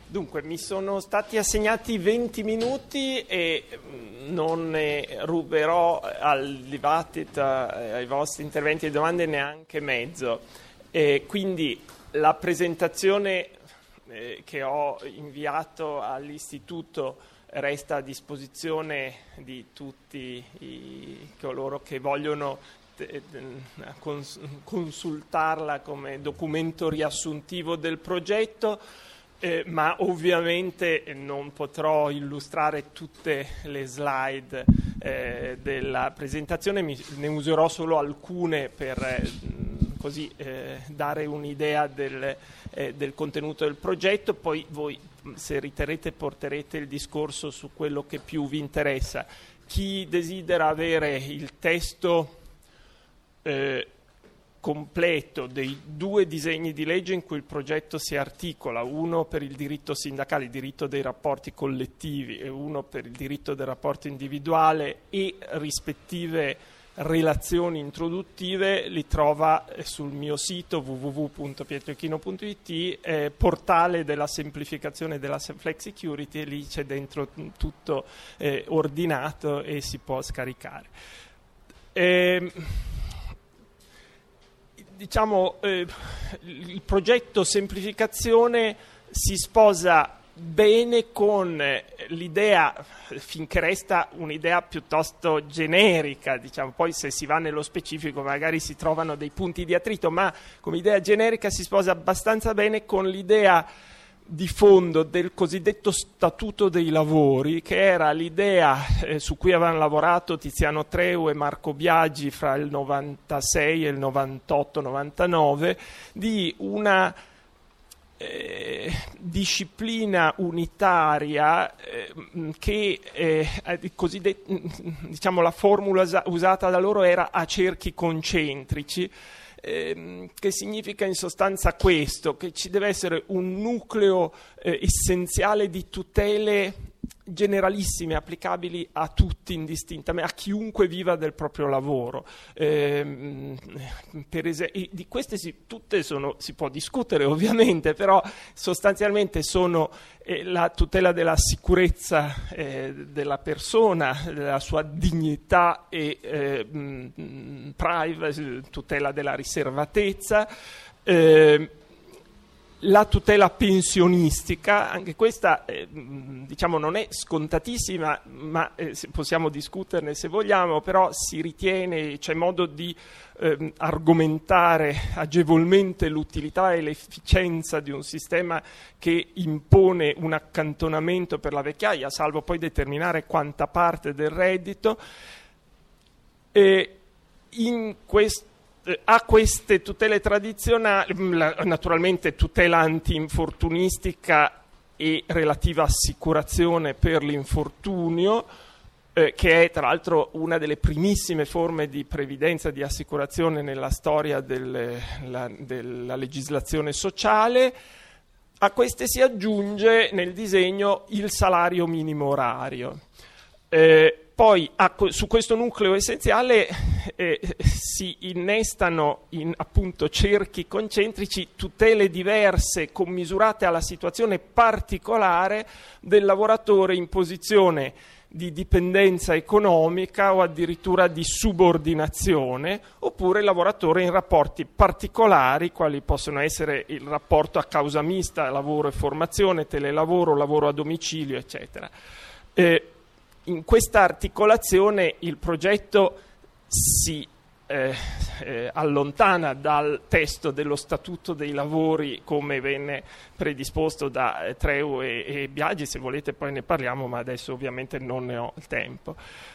Dunque, mi sono stati assegnati 20 minuti e non ne ruberò al dibattito, ai vostri interventi e domande neanche mezzo. Quindi la presentazione che ho inviato all'Istituto resta a disposizione di tutti coloro che vogliono consultarla come documento riassuntivo del progetto. Ma ovviamente non potrò illustrare tutte le slide della presentazione, ne userò solo alcune per così dare un'idea del contenuto del progetto. Poi voi, se riterrete, porterete il discorso su quello che più vi interessa. Chi desidera avere il testo completo dei due disegni di legge in cui il progetto si articola, uno per il diritto sindacale, il diritto dei rapporti collettivi, e uno per il diritto del rapporto individuale, e rispettive relazioni introduttive, li trova sul mio sito www.pietroichino.it, portale della semplificazione della flexicurity, e lì c'è dentro tutto ordinato e si può scaricare. Il progetto semplificazione si sposa bene con l'idea, finché resta un'idea piuttosto generica, poi se si va nello specifico magari si trovano dei punti di attrito, ma come idea generica si sposa abbastanza bene con l'idea di fondo del cosiddetto statuto dei lavori, che era l'idea su cui avevano lavorato Tiziano Treu e Marco Biagi fra il 96 e il 98-99, di una disciplina unitaria che la formula usata da loro era a cerchi concentrici, che significa in sostanza questo, che ci deve essere un nucleo essenziale di tutele generalissime, applicabili a tutti indistintamente, a chiunque viva del proprio lavoro. Di queste tutte si può discutere ovviamente, però sostanzialmente sono la tutela della sicurezza della persona, della sua dignità e privacy, tutela della riservatezza, la tutela pensionistica, anche questa non è scontatissima, ma possiamo discuterne se vogliamo, però si ritiene, c'è modo di argomentare agevolmente l'utilità e l'efficienza di un sistema che impone un accantonamento per la vecchiaia, salvo poi determinare quanta parte del reddito. A queste tutele tradizionali, naturalmente tutela anti-infortunistica e relativa assicurazione per l'infortunio, che è tra l'altro una delle primissime forme di previdenza, di assicurazione nella storia della legislazione sociale. A queste si aggiunge nel disegno il salario minimo orario. Poi su questo nucleo essenziale si innestano in appunto cerchi concentrici tutele diverse commisurate alla situazione particolare del lavoratore in posizione di dipendenza economica o addirittura di subordinazione, oppure lavoratore in rapporti particolari, quali possono essere il rapporto a causa mista, lavoro e formazione, telelavoro, lavoro a domicilio, eccetera. In questa articolazione il progetto si allontana dal testo dello Statuto dei lavori come venne predisposto da Treu e Biagi. Se volete poi ne parliamo, ma adesso ovviamente non ne ho il tempo.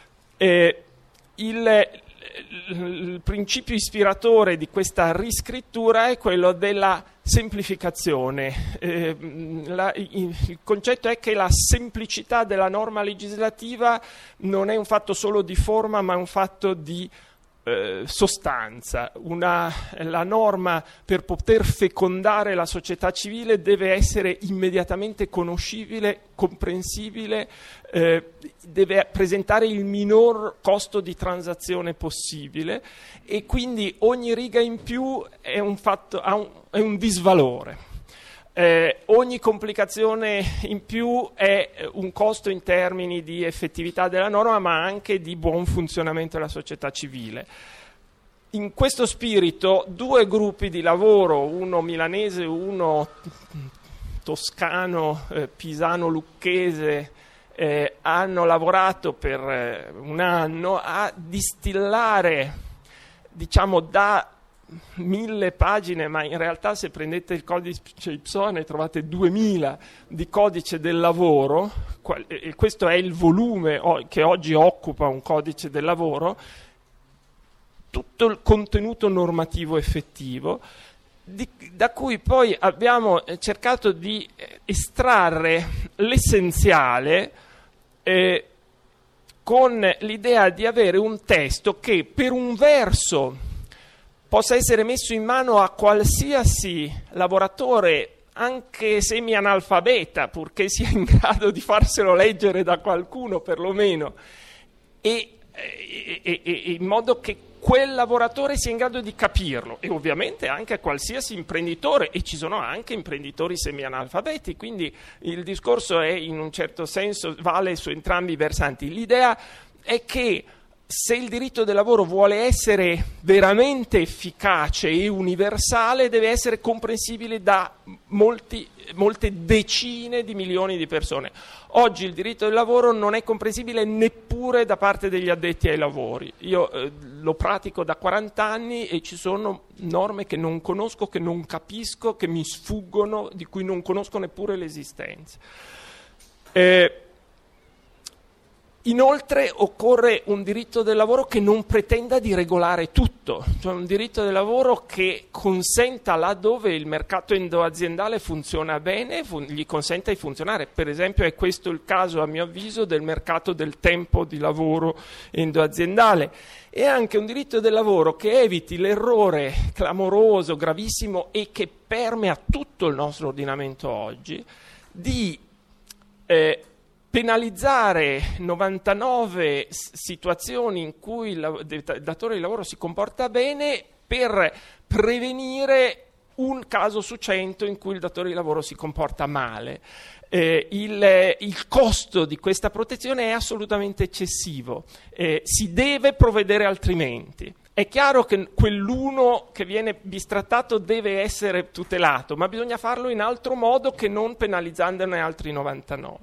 Il principio ispiratore di questa riscrittura è quello della semplificazione. Il concetto è che la semplicità della norma legislativa non è un fatto solo di forma, ma è un fatto di sostanza. La norma, per poter fecondare la società civile, deve essere immediatamente conoscibile, comprensibile, deve presentare il minor costo di transazione possibile, e quindi ogni riga in più è un disvalore. Ogni complicazione in più è un costo in termini di effettività della norma, ma anche di buon funzionamento della società civile. In questo spirito, due gruppi di lavoro, uno milanese, uno toscano, pisano-lucchese, hanno lavorato per un anno a distillare, diciamo, da 1000 pagine, ma in realtà se prendete il codice IPSOA ne trovate 2000 di codice del lavoro, e questo è il volume che oggi occupa un codice del lavoro, tutto il contenuto normativo effettivo, da cui poi abbiamo cercato di estrarre l'essenziale, con l'idea di avere un testo che per un verso possa essere messo in mano a qualsiasi lavoratore, anche semi-analfabeta, purché sia in grado di farselo leggere da qualcuno perlomeno, e in modo che quel lavoratore sia in grado di capirlo, e ovviamente anche a qualsiasi imprenditore, e ci sono anche imprenditori semi-analfabeti, quindi il discorso è, in un certo senso, vale su entrambi i versanti. L'idea è che se il diritto del lavoro vuole essere veramente efficace e universale, deve essere comprensibile da molte decine di milioni di persone. Oggi il diritto del lavoro non è comprensibile neppure da parte degli addetti ai lavori. Io lo pratico da 40 anni e ci sono norme che non conosco, che non capisco, che mi sfuggono, di cui non conosco neppure l'esistenza. Inoltre occorre un diritto del lavoro che non pretenda di regolare tutto, cioè un diritto del lavoro che consenta, laddove il mercato endoaziendale funziona bene, gli consenta di funzionare. Per esempio è questo il caso, a mio avviso, del mercato del tempo di lavoro endoaziendale. E anche un diritto del lavoro che eviti l'errore clamoroso, gravissimo e che permea tutto il nostro ordinamento oggi, di penalizzare 99 situazioni in cui il datore di lavoro si comporta bene per prevenire un caso su 100 in cui il datore di lavoro si comporta male. Il costo di questa protezione è assolutamente eccessivo, si deve provvedere altrimenti. È chiaro che quell'uno che viene bistrattato deve essere tutelato, ma bisogna farlo in altro modo che non penalizzandone altri 99.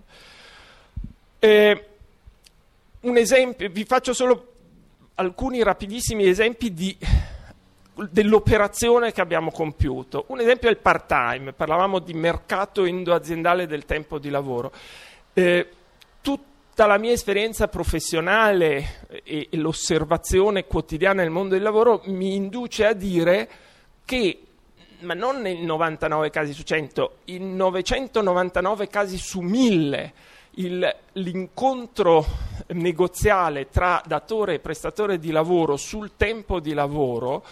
Un esempio, vi faccio solo alcuni rapidissimi esempi dell'operazione che abbiamo compiuto. Un esempio è il part-time, parlavamo di mercato endoaziendale del tempo di lavoro. Tutta la mia esperienza professionale e l'osservazione quotidiana nel mondo del lavoro mi induce a dire che, ma non nei 99 casi su 100, in 999 casi su 1000, l'incontro negoziale tra datore e prestatore di lavoro sul tempo di lavoro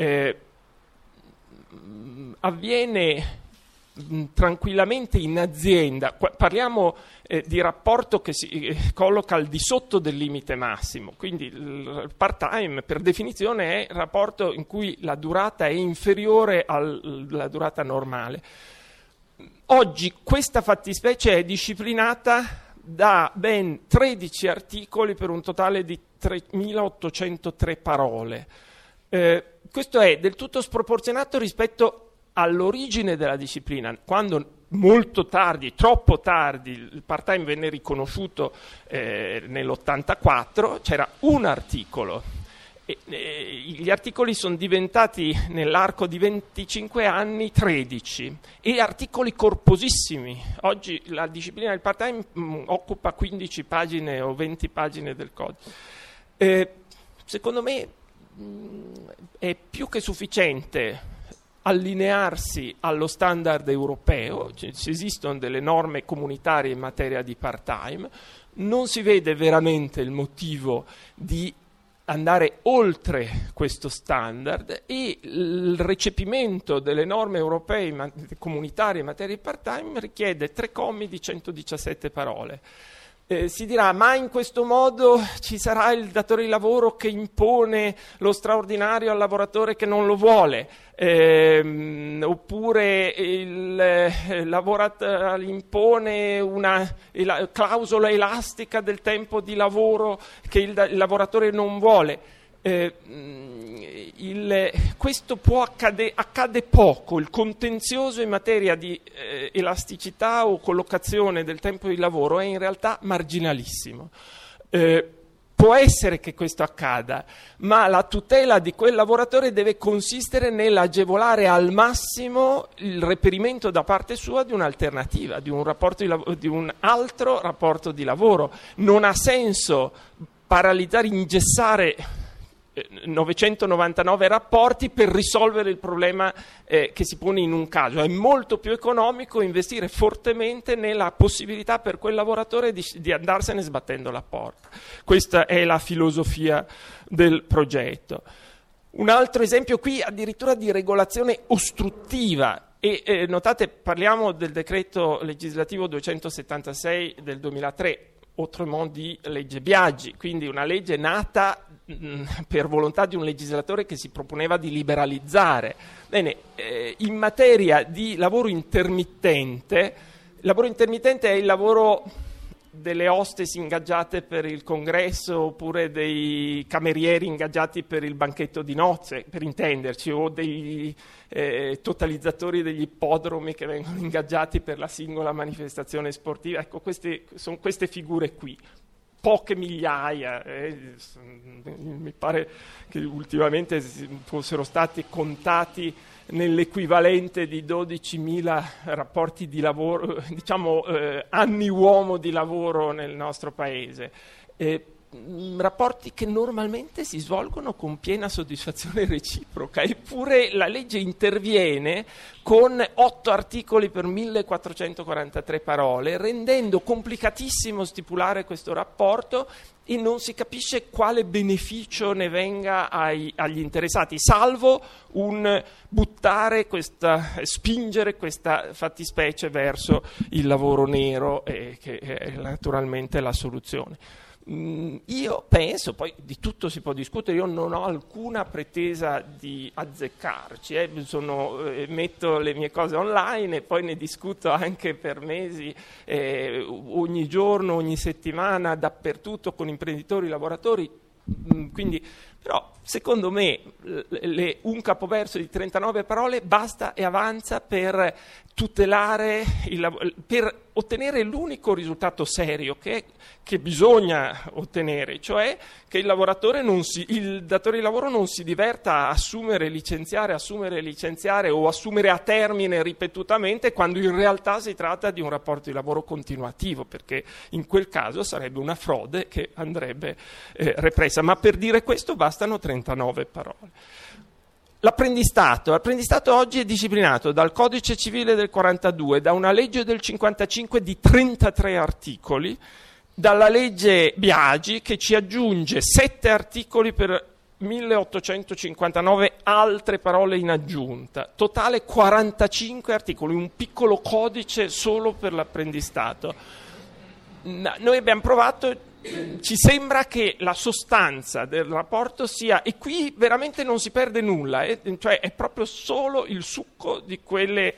avviene tranquillamente in azienda. Parliamo di rapporto che si colloca al di sotto del limite massimo, quindi il part-time per definizione è il rapporto in cui la durata è inferiore alla durata normale. Oggi questa fattispecie è disciplinata da ben 13 articoli per un totale di 3.803 parole. Questo è del tutto sproporzionato rispetto all'origine della disciplina, quando molto tardi, troppo tardi, il part-time venne riconosciuto nell'84, c'era un articolo. Gli articoli sono diventati nell'arco di 25 anni 13 e articoli corposissimi. Oggi la disciplina del part-time occupa 15 pagine o 20 pagine del codice. Secondo me è più che sufficiente allinearsi allo standard europeo. Esistono delle norme comunitarie in materia di part-time, non si vede veramente il motivo di andare oltre questo standard, e il recepimento delle norme europee comunitarie in materia di part-time richiede 3 commi di 117 parole. Si dirà, ma in questo modo ci sarà il datore di lavoro che impone lo straordinario al lavoratore che non lo vuole, oppure il lavoratore impone una clausola elastica del tempo di lavoro che il lavoratore non vuole. Questo accade poco. Il contenzioso in materia di elasticità o collocazione del tempo di lavoro è in realtà marginalissimo. Può essere che questo accada, ma la tutela di quel lavoratore deve consistere nell'agevolare al massimo il reperimento da parte sua di un'alternativa, di un altro rapporto di lavoro. Non ha senso paralizzare, ingessare 999 rapporti per risolvere il problema che si pone in un caso. È molto più economico investire fortemente nella possibilità per quel lavoratore di andarsene sbattendo la porta. Questa è la filosofia del progetto. Un altro esempio qui addirittura di regolazione ostruttiva. E notate, parliamo del decreto legislativo 276 del 2003, autrement di legge Biagi, quindi una legge nata per volontà di un legislatore che si proponeva di liberalizzare. Bene, in materia di lavoro intermittente è il lavoro delle hostess ingaggiate per il congresso, oppure dei camerieri ingaggiati per il banchetto di nozze, per intenderci, o dei totalizzatori degli ippodromi che vengono ingaggiati per la singola manifestazione sportiva. Ecco, sono queste figure qui. Poche migliaia, mi pare che ultimamente fossero stati contati nell'equivalente di 12.000 rapporti di lavoro, diciamo anni uomo di lavoro nel nostro paese. Rapporti che normalmente si svolgono con piena soddisfazione reciproca, eppure la legge interviene con 8 articoli per 1443 parole, rendendo complicatissimo stipulare questo rapporto e non si capisce quale beneficio ne venga agli interessati, salvo un spingere questa fattispecie verso il lavoro nero, che è naturalmente la soluzione. Io penso, poi di tutto si può discutere, io non ho alcuna pretesa di azzeccarci, metto le mie cose online e poi ne discuto anche per mesi, ogni giorno, ogni settimana, dappertutto, con imprenditori, lavoratori, quindi, però secondo me un capoverso di 39 parole basta e avanza per tutelare per ottenere l'unico risultato serio che bisogna ottenere, cioè che il datore di lavoro non si diverta a assumere, licenziare o assumere a termine ripetutamente, quando in realtà si tratta di un rapporto di lavoro continuativo, perché in quel caso sarebbe una frode che andrebbe repressa. Ma per dire questo bastano 39 parole. L'apprendistato oggi è disciplinato dal Codice Civile del 42, da una legge del 55 di 33 articoli, dalla legge Biagi che ci aggiunge 7 articoli per 1859 altre parole in aggiunta, totale 45 articoli, un piccolo codice solo per l'apprendistato. Noi abbiamo provato, ci sembra che la sostanza del rapporto sia, e qui veramente non si perde nulla, cioè è proprio solo il succo di quei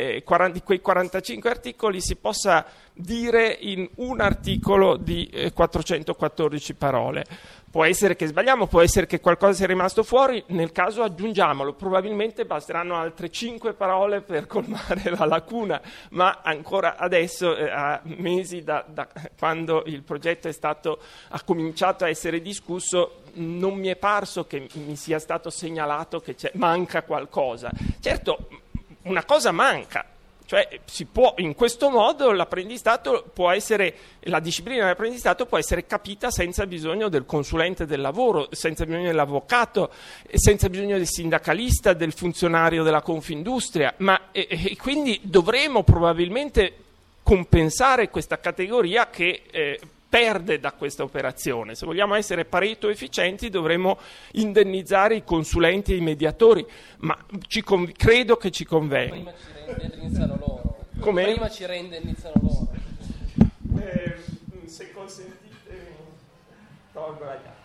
45 articoli, si possa dire in un articolo di 414 parole. Può essere che sbagliamo, può essere che qualcosa sia rimasto fuori, nel caso aggiungiamolo, probabilmente basteranno altre 5 parole per colmare la lacuna, ma ancora adesso, a mesi da quando il progetto ha cominciato a essere discusso, non mi è parso che mi sia stato segnalato che manca qualcosa. Certo, una cosa manca. Cioè in questo modo l'apprendistato la disciplina dell'apprendistato può essere capita senza bisogno del consulente del lavoro, senza bisogno dell'avvocato, senza bisogno del sindacalista, del funzionario della Confindustria, e quindi dovremo probabilmente compensare questa categoria che perde da questa operazione. Se vogliamo essere Pareto efficienti dovremo indennizzare i consulenti e i mediatori, ma credo che ci convenga. Prima ci rende iniziano loro. se consentite, tolgo la chiave.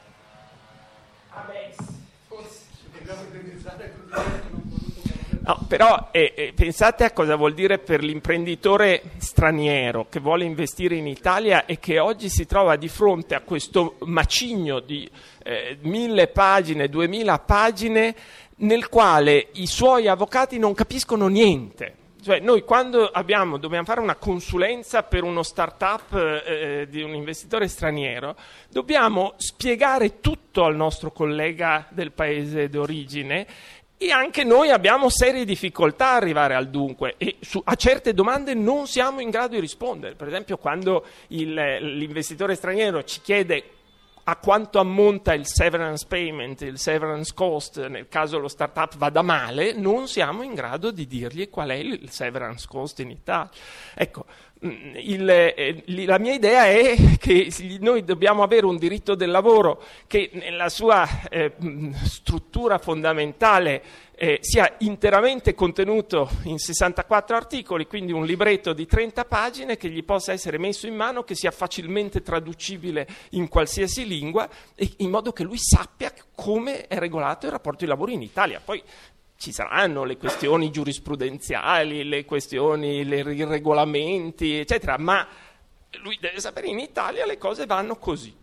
Forse dobbiamo indemnizzare tutti quelli che non voluto. No, però pensate a cosa vuol dire per l'imprenditore straniero che vuole investire in Italia e che oggi si trova di fronte a questo macigno di 1000 pagine, 2000 pagine, nel quale i suoi avvocati non capiscono niente. Cioè noi quando dobbiamo fare una consulenza per uno startup di un investitore straniero, dobbiamo spiegare tutto al nostro collega del paese d'origine e anche noi abbiamo serie difficoltà a arrivare al dunque e a certe domande non siamo in grado di rispondere. Per esempio quando l'investitore straniero ci chiede a quanto ammonta il severance payment, il severance cost, nel caso lo startup vada male, non siamo in grado di dirgli qual è il severance cost in Italia. Ecco, la mia idea è che noi dobbiamo avere un diritto del lavoro che nella sua struttura fondamentale sia interamente contenuto in 64 articoli, quindi un libretto di 30 pagine che gli possa essere messo in mano, che sia facilmente traducibile in qualsiasi lingua, in modo che lui sappia come è regolato il rapporto di lavoro in Italia. Poi ci saranno le questioni giurisprudenziali, le questioni, i regolamenti, eccetera, ma lui deve sapere in Italia le cose vanno così.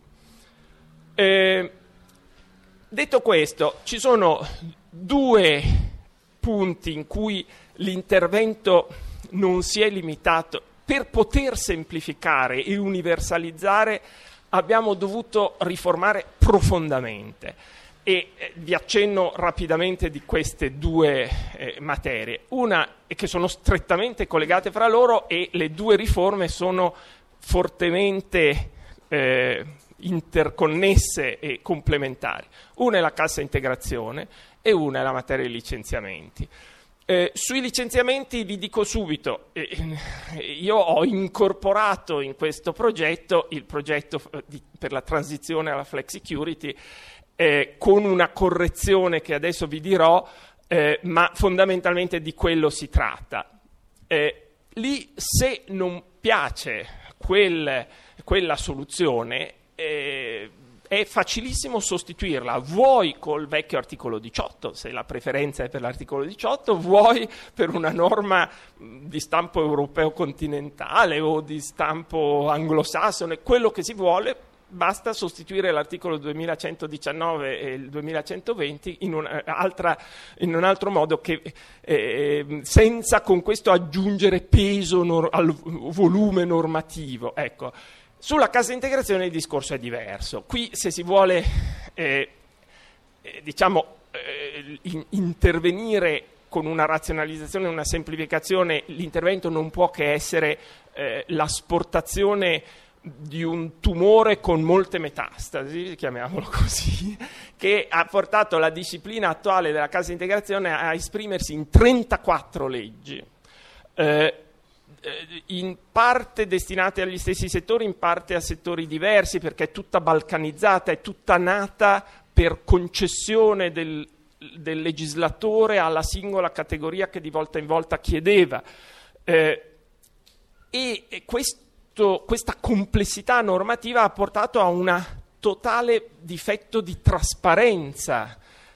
Detto questo, ci sono due punti in cui l'intervento non si è limitato. Per poter semplificare e universalizzare abbiamo dovuto riformare profondamente. E vi accenno rapidamente di queste due materie. Una è che sono strettamente collegate fra loro e le due riforme sono fortemente interconnesse e complementari. Una è la cassa integrazione e una è la materia dei licenziamenti. Sui licenziamenti vi dico subito, io ho incorporato in questo progetto il progetto per la transizione alla flexicurity con una correzione che adesso vi dirò, ma fondamentalmente di quello si tratta. Lì se non piace quella soluzione è facilissimo sostituirla, vuoi col vecchio articolo 18, se la preferenza è per l'articolo 18, vuoi per una norma di stampo europeo continentale o di stampo anglosassone, quello che si vuole. Basta sostituire l'articolo 2119 e il 2120 in un altro modo, che senza con questo aggiungere peso al volume normativo. Ecco. Sulla cassa integrazione il discorso è diverso. Qui se si vuole intervenire con una razionalizzazione e una semplificazione, l'intervento non può che essere l'asportazione di un tumore con molte metastasi, chiamiamolo così, che ha portato la disciplina attuale della cassa integrazione a esprimersi in 34 leggi, in parte destinate agli stessi settori, in parte a settori diversi, perché è tutta balcanizzata, è tutta nata per concessione del legislatore alla singola categoria che di volta in volta chiedeva. E questa complessità normativa ha portato a un totale difetto di trasparenza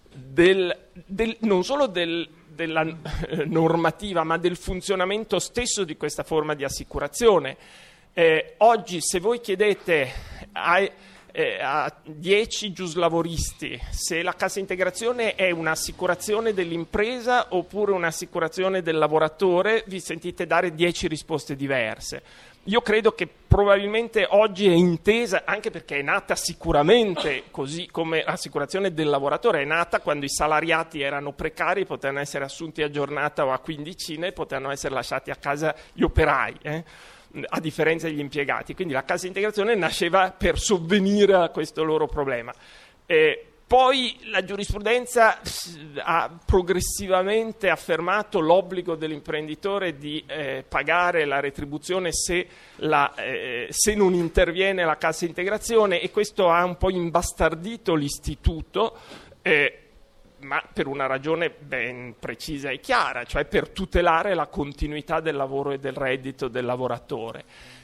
non solo della normativa, ma del funzionamento stesso di questa forma di assicurazione. Oggi se voi chiedete a 10 giuslavoristi se la cassa integrazione è un'assicurazione dell'impresa oppure un'assicurazione del lavoratore, vi sentite dare 10 risposte diverse. Io credo che probabilmente oggi è intesa, anche perché è nata sicuramente così come l'assicurazione del lavoratore è nata quando i salariati erano precari, potevano essere assunti a giornata o a quindicina e potevano essere lasciati a casa gli operai, a differenza degli impiegati. Quindi la cassa integrazione nasceva per sovvenire a questo loro problema. Poi la giurisprudenza ha progressivamente affermato l'obbligo dell'imprenditore di pagare la retribuzione se non interviene la cassa integrazione, e questo ha un po' imbastardito l'istituto, ma per una ragione ben precisa e chiara, cioè per tutelare la continuità del lavoro e del reddito del lavoratore.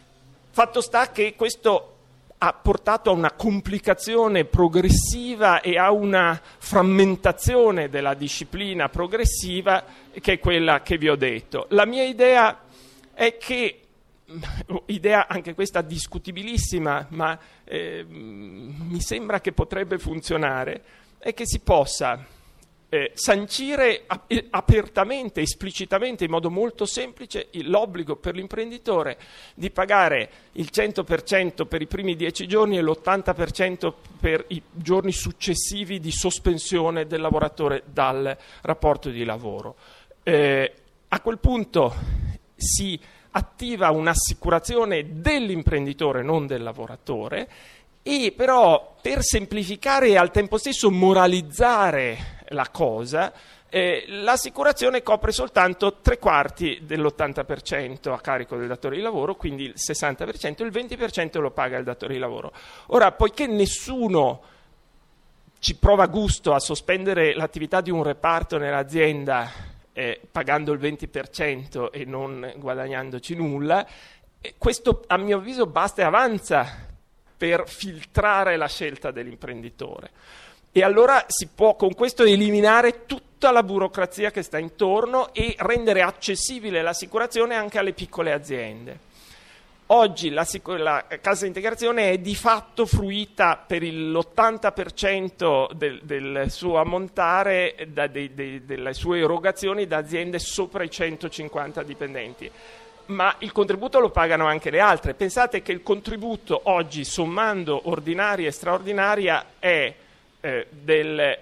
Fatto sta che questo ha portato a una complicazione progressiva e a una frammentazione della disciplina progressiva, che è quella che vi ho detto. La mia idea è che, idea anche questa discutibilissima, ma mi sembra che potrebbe funzionare, è che si possa sancire apertamente, esplicitamente, in modo molto semplice, l'obbligo per l'imprenditore di pagare il 100% per i primi 10 giorni e l'80% per i giorni successivi di sospensione del lavoratore dal rapporto di lavoro. A quel punto si attiva un'assicurazione dell'imprenditore, non del lavoratore, e però per semplificare e al tempo stesso moralizzare la cosa, l'assicurazione copre soltanto 3/4 dell'80% a carico del datore di lavoro, quindi il 60%, il 20% lo paga il datore di lavoro. Ora, poiché nessuno ci prova gusto a sospendere l'attività di un reparto nell'azienda pagando il 20% e non guadagnandoci nulla, questo a mio avviso basta e avanza per filtrare la scelta dell'imprenditore. E allora si può con questo eliminare tutta la burocrazia che sta intorno e rendere accessibile l'assicurazione anche alle piccole aziende. Oggi la cassa integrazione è di fatto fruita per l'80% del suo ammontare, delle sue erogazioni, da aziende sopra i 150 dipendenti. Ma il contributo lo pagano anche le altre. Pensate che il contributo oggi, sommando ordinaria e straordinaria, è del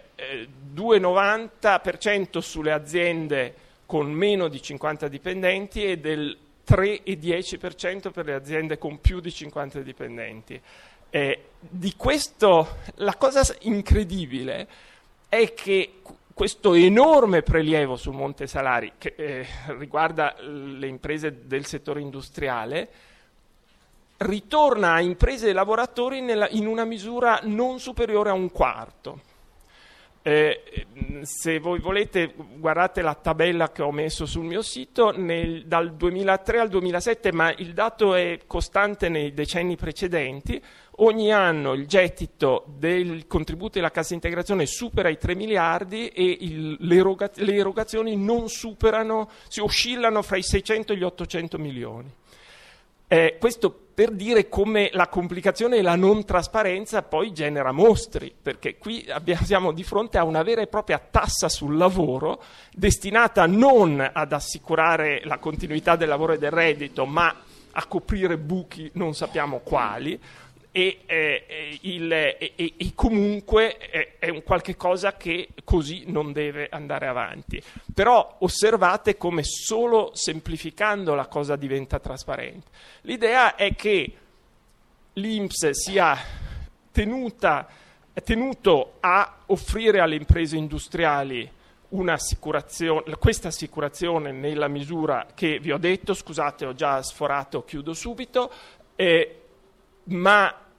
2,90% sulle aziende con meno di 50 dipendenti e del 3,10% per le aziende con più di 50 dipendenti. Di questo, la cosa incredibile è che questo enorme prelievo sul monte salari, che riguarda le imprese del settore industriale, ritorna a imprese e lavoratori in una misura non superiore a 1/4. Se voi volete, guardate la tabella che ho messo sul mio sito, dal 2003 al 2007, ma il dato è costante nei decenni precedenti. Ogni anno il gettito del contributo della cassa integrazione supera i 3 miliardi e le erogazioni non superano, si oscillano fra i 600 e gli 800 milioni. Questo per dire come la complicazione e la non trasparenza poi genera mostri, perché qui siamo di fronte a una vera e propria tassa sul lavoro destinata non ad assicurare la continuità del lavoro e del reddito, ma a coprire buchi non sappiamo quali, e comunque è un qualche cosa che così non deve andare avanti. Però osservate come solo semplificando la cosa diventa trasparente. L'idea è che l'INPS sia tenuto a offrire alle imprese industriali questa assicurazione nella misura che vi ho detto. Scusate, ho già sforato, chiudo subito, ma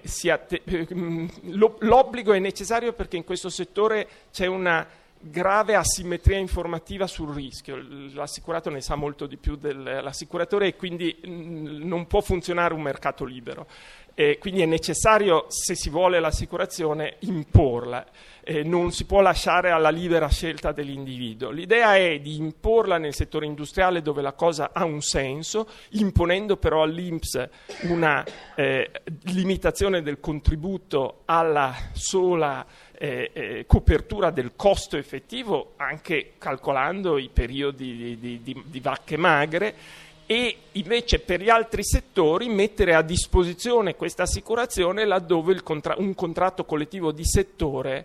l'obbligo è necessario perché in questo settore c'è una grave asimmetria informativa sul rischio. L'assicurato ne sa molto di più dell'assicuratore e quindi non può funzionare un mercato libero. Quindi è necessario, se si vuole l'assicurazione, imporla. Non si può lasciare alla libera scelta dell'individuo. L'idea è di imporla nel settore industriale dove la cosa ha un senso, imponendo però all'INPS una limitazione del contributo alla sola copertura del costo effettivo, anche calcolando i periodi di vacche magre, e invece per gli altri settori mettere a disposizione questa assicurazione laddove un contratto collettivo di settore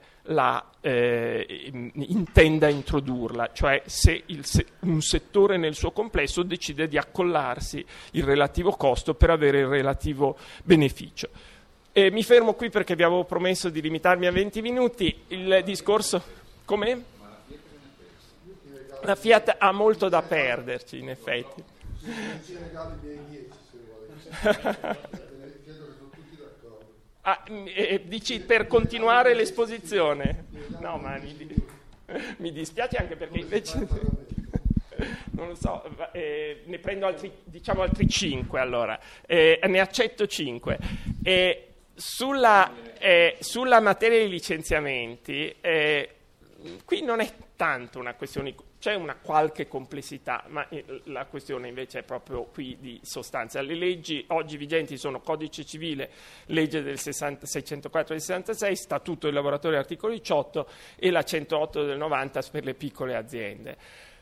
intenda introdurla, cioè se un settore nel suo complesso decide di accollarsi il relativo costo per avere il relativo beneficio. Mi fermo qui perché vi avevo promesso di limitarmi a 20 minuti. Il discorso... Come? La Fiat ha molto da perderci, in effetti. Dici per continuare l'esposizione? No, ma mi dispiace anche perché invece non lo so, ne prendo altri 5 allora, ne accetto 5. Sulla materia dei licenziamenti, qui non è tanto una questione, c'è una qualche complessità, ma la questione invece è proprio qui di sostanza. Le leggi oggi vigenti sono Codice Civile, legge del 604 del 66, Statuto dei lavoratori articolo 18 e la 108 del 90 per le piccole aziende.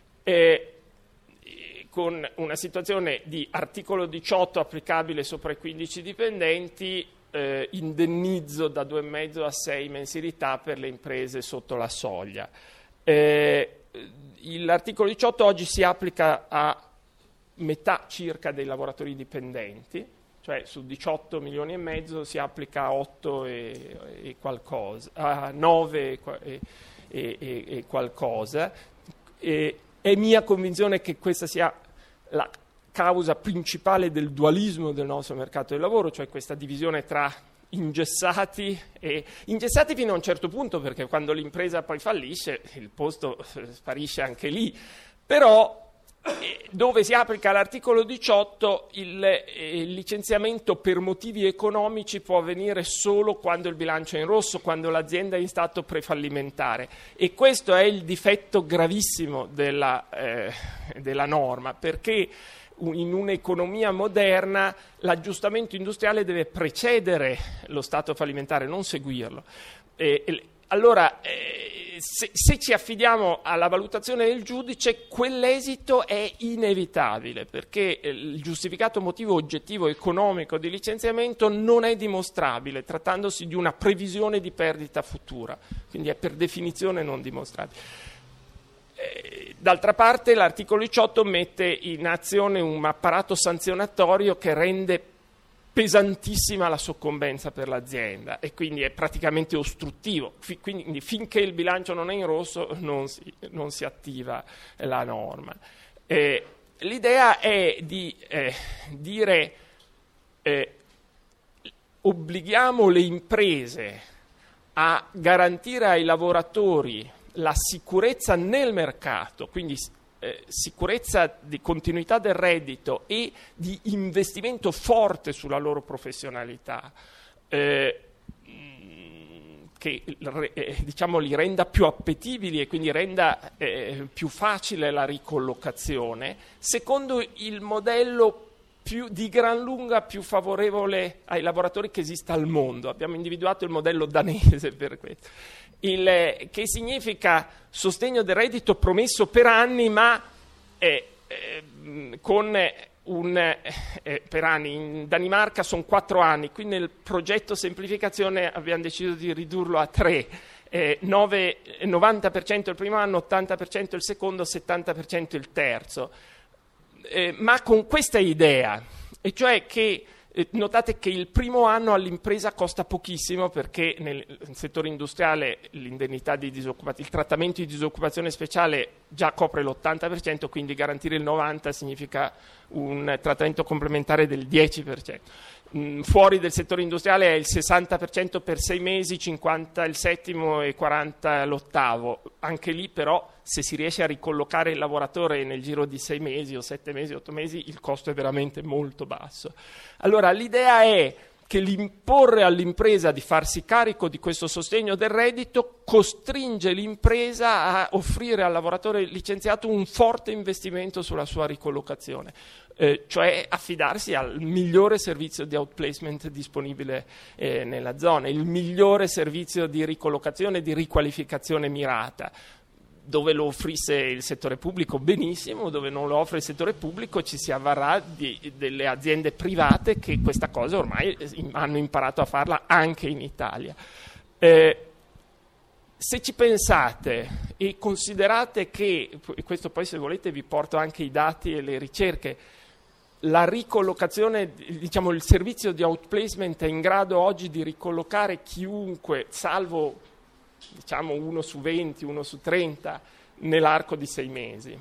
Con una situazione di articolo 18 applicabile sopra i 15 dipendenti, indennizzo da 2,5 a 6 mensilità per le imprese sotto la soglia. L'articolo 18 oggi si applica a metà circa dei lavoratori dipendenti, cioè su 18 milioni e mezzo si applica a 8 e qualcosa, a 9 e qualcosa. È mia convinzione che questa sia la causa principale del dualismo del nostro mercato del lavoro, cioè questa divisione tra ingessati fino a un certo punto, perché quando l'impresa poi fallisce il posto sparisce anche lì, però dove si applica l'articolo 18 il licenziamento per motivi economici può avvenire solo quando il bilancio è in rosso, quando l'azienda è in stato prefallimentare, e questo è il difetto gravissimo della norma, perché in un'economia moderna l'aggiustamento industriale deve precedere lo stato fallimentare, non seguirlo. Allora, se ci affidiamo alla valutazione del giudice, quell'esito è inevitabile, perché il giustificato motivo oggettivo economico di licenziamento non è dimostrabile, trattandosi di una previsione di perdita futura, quindi è per definizione non dimostrabile. D'altra parte l'articolo 18 mette in azione un apparato sanzionatorio che rende pesantissima la soccombenza per l'azienda e quindi è praticamente ostruttivo, quindi finché il bilancio non è in rosso non si attiva la norma. L'idea è di dire obblighiamo le imprese a garantire ai lavoratori la sicurezza nel mercato, quindi sicurezza di continuità del reddito e di investimento forte sulla loro professionalità, che diciamo li renda più appetibili e quindi renda più facile la ricollocazione, secondo il modello di gran lunga più favorevole ai lavoratori che esista al mondo. Abbiamo individuato il modello danese per questo, che significa sostegno del reddito promesso per anni, ma con per anni. In Danimarca sono 4 anni, qui nel progetto semplificazione abbiamo deciso di ridurlo a 3. 90% il primo anno, 80% il secondo, 70% il terzo. Ma con questa idea, e cioè che notate che il primo anno all'impresa costa pochissimo, perché nel settore industriale l'indennità di disoccupazione, il trattamento di disoccupazione speciale già copre l'80%, quindi garantire il 90% significa un trattamento complementare del 10%. Fuori del settore industriale è il 60% per 6 mesi, 50% il settimo e 40% l'ottavo. Anche lì però, se si riesce a ricollocare il lavoratore nel giro di 6 mesi o 7 mesi, 8 mesi, il costo è veramente molto basso. Allora l'idea è che l'imporre all'impresa di farsi carico di questo sostegno del reddito costringe l'impresa a offrire al lavoratore licenziato un forte investimento sulla sua ricollocazione, cioè affidarsi al migliore servizio di outplacement disponibile nella zona, il migliore servizio di ricollocazione e di riqualificazione mirata. Dove lo offrisse il settore pubblico benissimo, dove non lo offre il settore pubblico ci si avvarrà delle aziende private che questa cosa ormai hanno imparato a farla anche in Italia. Se ci pensate e considerate che, e questo poi se volete vi porto anche i dati e le ricerche, la ricollocazione, diciamo il servizio di outplacement è in grado oggi di ricollocare chiunque, salvo diciamo 1 su 20, 1 su 30 nell'arco di 6 mesi.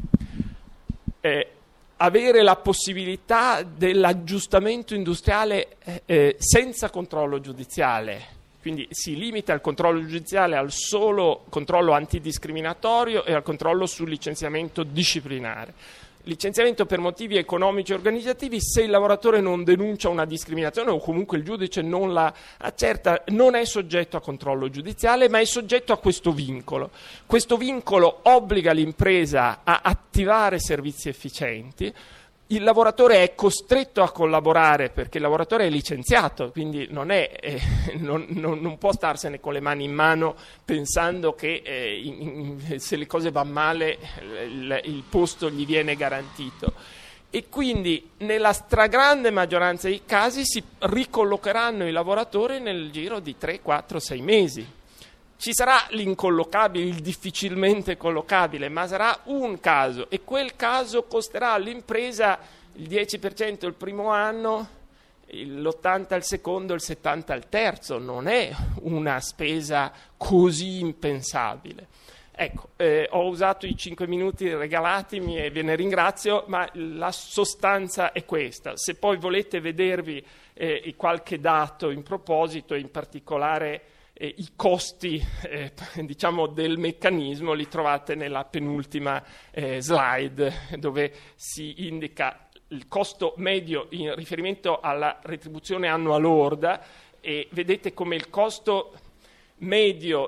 Avere la possibilità dell'aggiustamento industriale senza controllo giudiziale, quindi si limita il controllo giudiziale al solo controllo antidiscriminatorio e al controllo sul licenziamento disciplinare. Licenziamento per motivi economici e organizzativi: se il lavoratore non denuncia una discriminazione o comunque il giudice non la accerta, non è soggetto a controllo giudiziale, ma è soggetto a questo vincolo. Questo vincolo obbliga l'impresa a attivare servizi efficienti. Il lavoratore è costretto a collaborare perché il lavoratore è licenziato, quindi non può starsene con le mani in mano pensando che se le cose vanno male il posto gli viene garantito. E quindi nella stragrande maggioranza dei casi si ricollocheranno i lavoratori nel giro di 3, 4, 6 mesi. Ci sarà l'incollocabile, il difficilmente collocabile, ma sarà un caso, e quel caso costerà all'impresa il 10% il primo anno, l'80% il secondo, il 70% il terzo. Non è una spesa così impensabile. Ecco, ho usato i 5 minuti regalatimi e ve ne ringrazio, ma la sostanza è questa. Se poi volete vedervi qualche dato in proposito, in particolare i costi diciamo del meccanismo, li trovate nella penultima slide, dove si indica il costo medio in riferimento alla retribuzione annua lorda, e vedete come il costo medio,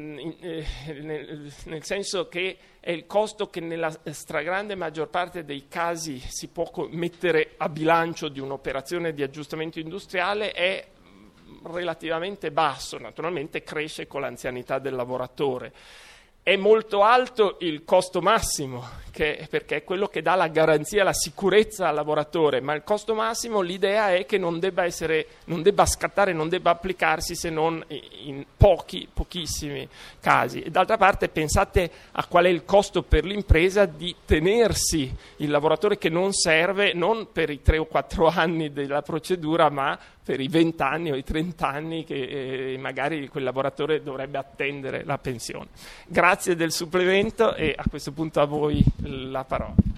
nel senso che è il costo che nella stragrande maggior parte dei casi si può mettere a bilancio di un'operazione di aggiustamento industriale, è relativamente basso. Naturalmente cresce con l'anzianità del lavoratore. È molto alto il costo massimo, perché è quello che dà la garanzia, la sicurezza al lavoratore, ma il costo massimo, l'idea è che non debba scattare, non debba applicarsi se non in pochissimi casi. E d'altra parte pensate a qual è il costo per l'impresa di tenersi il lavoratore che non serve, non per i 3 o 4 anni della procedura, ma per i 20 anni o i 30 anni che magari quel lavoratore dovrebbe attendere la pensione. Grazie del supplemento, e a questo punto a voi la parola.